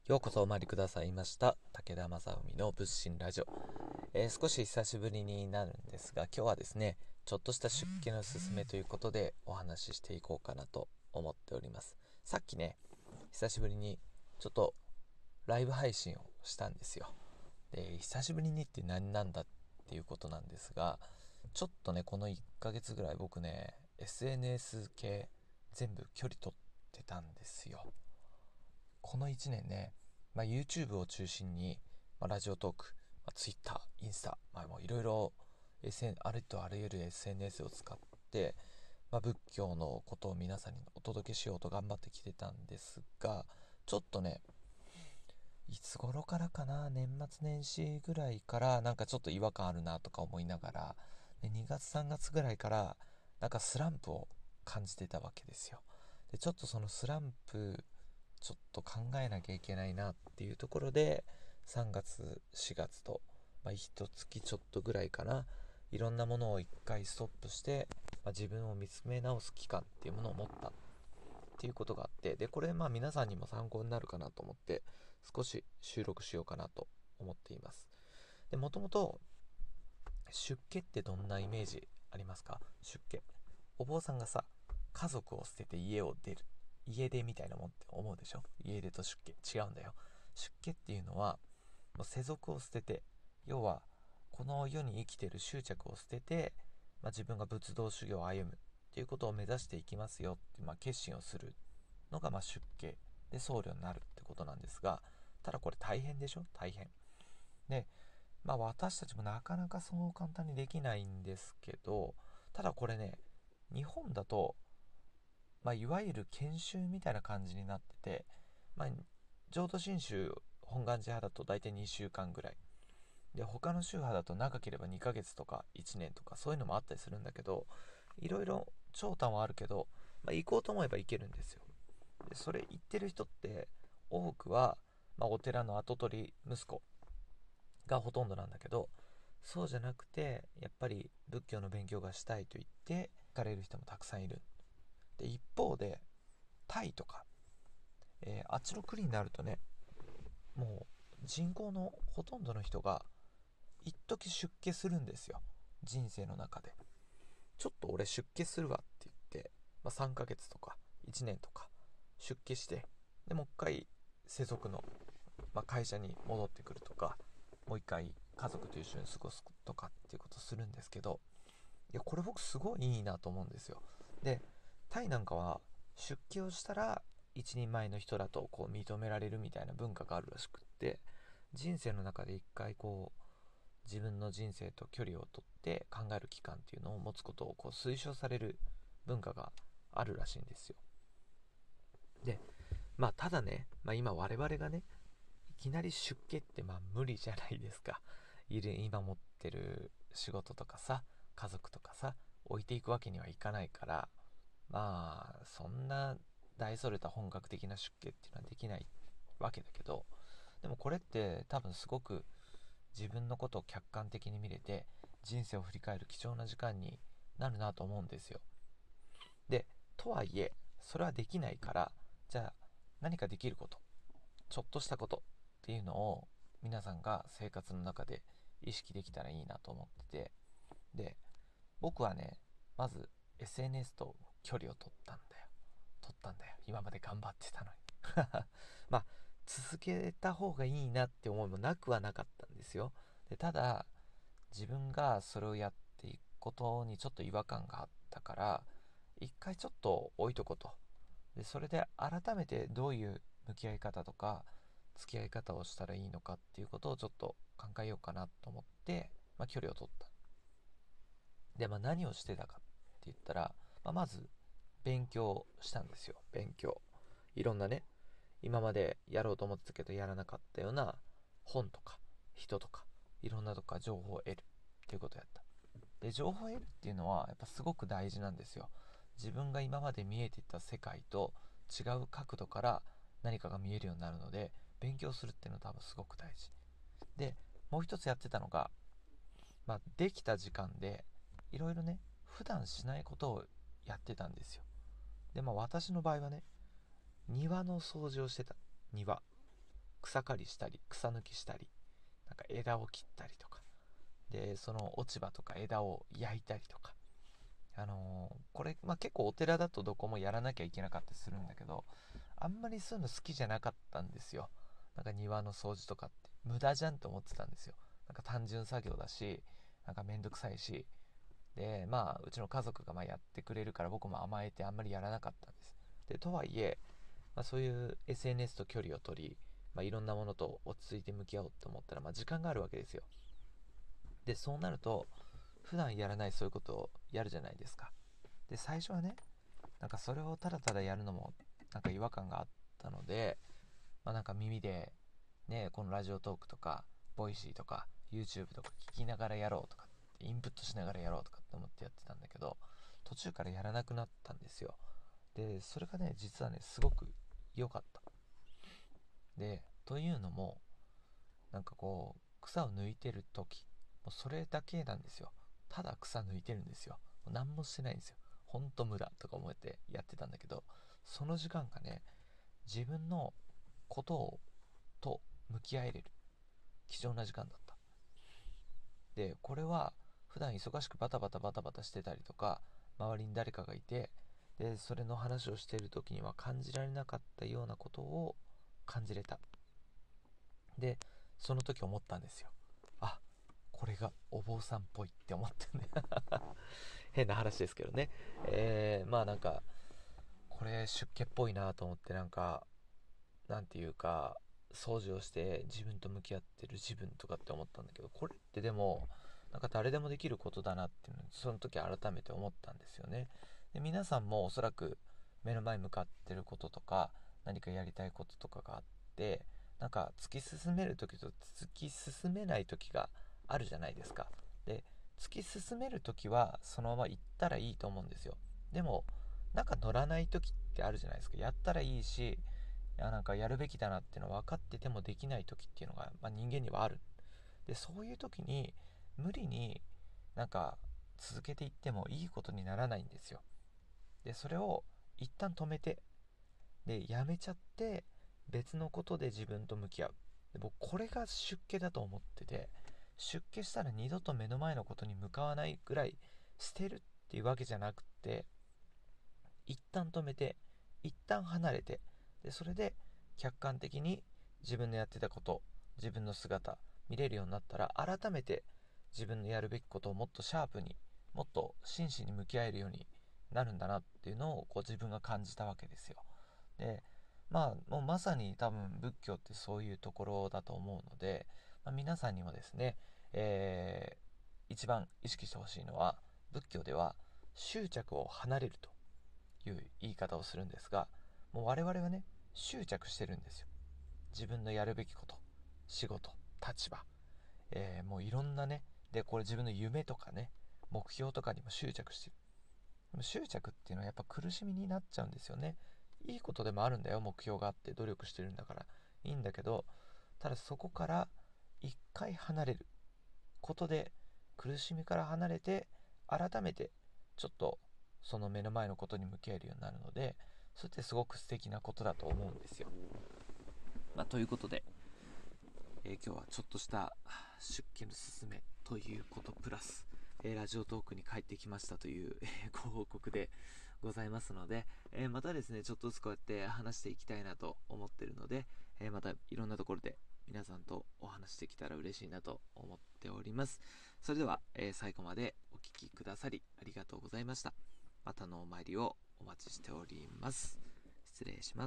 ようこそお参りくださいました武田正文の仏心ラジオ、少し久しぶりになるんですが、今日はですねちょっとした出家の勧めということでお話ししていこうかなと思っております。さっきね久しぶりにちょっとライブ配信をしたんですよ。で、久しぶりにって何なんだっていうことなんですが、ちょっとねこの1ヶ月ぐらい僕ね SNS 系全部距離取ってたんですよ。この1年ね、YouTube を中心に、ラジオトーク、Twitter、インスタ、もういろいろありとあらゆる SNS を使って、仏教のことを皆さんにお届けしようと頑張ってきてたんですが、ちょっとね、いつ頃からかな、年末年始ぐらいからなんかちょっと違和感あるなとか思いながら、で2月3月ぐらいからなんかスランプを感じてたわけですよ。で、ちょっとそのスランプちょっと考えなきゃいけないなっていうところで3月4月と、一月ちょっとぐらいかな、いろんなものを一回ストップして、自分を見つめ直す期間っていうものを持ったっていうことがあって、でこれ皆さんにも参考になるかなと思って少し収録しようかなと思っています。で、もともと出家ってどんなイメージありますか？出家、お坊さんがさ、家族を捨てて家を出る、家出みたいなもんって思うでしょ。家出と出家違うんだよ。出家っていうのはもう世俗を捨てて、要はこの世に生きてる執着を捨てて、自分が仏道修行を歩むっていうことを目指していきますよって、決心をするのが出家で僧侶になるってことなんですが、ただこれ大変でしょ。大変で、私たちもなかなかそう簡単にできないんですけど、ただこれね、日本だと、いわゆる研修みたいな感じになってて、浄土真宗本願寺派だと大体2週間ぐらいで、他の宗派だと長ければ2ヶ月とか1年とかそういうのもあったりするんだけど、いろいろ長短はあるけど、行こうと思えば行けるんですよ。でそれ行ってる人って多くは、お寺の跡取り息子がほとんどなんだけど、そうじゃなくてやっぱり仏教の勉強がしたいと言って行かれる人もたくさんいる。で、一方でタイとか、あっちの国になるとね、もう人口のほとんどの人が一時出家するんですよ。人生の中でちょっと俺出家するわって言って、3ヶ月とか1年とか出家して、でもう一回世俗の、会社に戻ってくるとか、もう一回家族と一緒に過ごすとかっていうことをするんですけど、いやこれ僕すごいいいなと思うんですよ。で、タイなんかは出家をしたら一人前の人だとこう認められるみたいな文化があるらしくって、人生の中で一回こう自分の人生と距離をとって考える期間っていうのを持つことをこう推奨される文化があるらしいんですよ。で、ただね、今我々がねいきなり出家って無理じゃないですか。今持ってる仕事とかさ、家族とかさ、置いていくわけにはいかないから、そんな大それた本格的な出家っていうのはできないわけだけど、でもこれって多分すごく自分のことを客観的に見れて人生を振り返る貴重な時間になるなと思うんですよ。で、とはいえそれはできないから、じゃあ何かできること、ちょっとしたことっていうのを皆さんが生活の中で意識できたらいいなと思ってて、で、僕はね、まず SNS と距離を取ったんだよ。今まで頑張ってたのにまあ続けた方がいいなって思いもなくはなかったんですよ。で、ただ自分がそれをやっていくことにちょっと違和感があったから、一回ちょっと置いとこうと。で、それで改めてどういう向き合い方とか付き合い方をしたらいいのかっていうことをちょっと考えようかなと思って、距離を取った。で、何をしてたかって言ったら、まず勉強したんですよ。勉強、いろんなね、今までやろうと思ってたけどやらなかったような本とか人とかいろんなとこから情報を得るっていうことをやった。で、情報を得るっていうのはやっぱすごく大事なんですよ。自分が今まで見えていた世界と違う角度から何かが見えるようになるので、勉強するっていうのは多分すごく大事で、もう一つやってたのが、できた時間でいろいろね、普段しないことをやってたんですよ。で、私の場合はね、庭の掃除をしてた。庭草刈りしたり草抜きしたり、なんか枝を切ったりとかで、その落ち葉とか枝を焼いたりとか、これ、結構お寺だとどこもやらなきゃいけなかったりするんだけど、あんまりそういうの好きじゃなかったんですよ。なんか庭の掃除とかって無駄じゃんと思ってたんですよ。なんか単純作業だし、なんかめんどくさいし、でうちの家族がやってくれるから僕も甘えてあんまりやらなかったんです。でとはいえ、そういう SNS と距離を取り、いろんなものと落ち着いて向き合おうと思ったら、時間があるわけですよ。でそうなると普段やらないそういうことをやるじゃないですか。で最初はね、なんかそれをただただやるのもなんか違和感があったので、なんか耳でね、このラジオトークとかボイシーとか YouTube とか聞きながらやろうとか、インプットしながらやろうとかって思ってやってたんだけど、途中からやらなくなったんですよ。でそれがね、実はねすごく良かった。でというのも、なんかこう草を抜いてる時、もうそれだけなんですよ。ただ草抜いてるんですよ。何もしてないんですよ。ほんと無駄とか思ってやってたんだけど、その時間がね、自分のことをと向き合えれる貴重な時間だった。でこれは普段忙しくバタバタバタバタしてたりとか、周りに誰かがいて、でそれの話をしている時には感じられなかったようなことを感じれた。でその時思ったんですよ。あ、これがお坊さんっぽいって思ってね。変な話ですけどね。なんかこれ出家っぽいなと思って、なんかなんていうか、掃除をして自分と向き合ってる自分とかって思ったんだけど、これってでもなんか誰でもできることだなっていうのをその時改めて思ったんですよね。で皆さんもおそらく目の前に向かってることとか何かやりたいこととかがあって、なんか突き進める時と突き進めない時があるじゃないですか。で突き進める時はそのまま行ったらいいと思うんですよ。でもなんか乗らない時ってあるじゃないですか。やったらいいし、なんかやるべきだなっていうのは分かっててもできない時っていうのが、人間にはある。でそういう時に無理になんか続けていってもいいことにならないんですよ。でそれを一旦止めて、でやめちゃって別のことで自分と向き合う。で僕これが出家だと思ってて、出家したら二度と目の前のことに向かわないぐらい捨てるっていうわけじゃなくて、一旦止めて一旦離れて、でそれで客観的に自分のやってたこと、自分の姿見れるようになったら、改めて自分のやるべきことをもっとシャープに、もっと真摯に向き合えるようになるんだなっていうのを自分が感じたわけですよ。でもうまさに多分仏教ってそういうところだと思うので、皆さんにもですね、一番意識してほしいのは、仏教では執着を離れるという言い方をするんですが、もう我々はね、執着してるんですよ。自分のやるべきこと、仕事、立場、もういろんなね、でこれ自分の夢とかね、目標とかにも執着してる。でも執着っていうのはやっぱ苦しみになっちゃうんですよね。いいことでもあるんだよ、目標があって努力してるんだからいいんだけど、ただそこから一回離れることで、苦しみから離れて改めてちょっとその目の前のことに向き合えるようになるので、それってすごく素敵なことだと思うんですよ。ということで、今日はちょっとした出家のすすめということプラス、ラジオトークに帰ってきましたという、ご報告でございますので、またですね、ちょっとずつこうやって話していきたいなと思ってるので、またいろんなところで皆さんとお話してきたら嬉しいなと思っております。それでは、最後までお聞きくださりありがとうございました。またのお参りをお待ちしております。失礼します。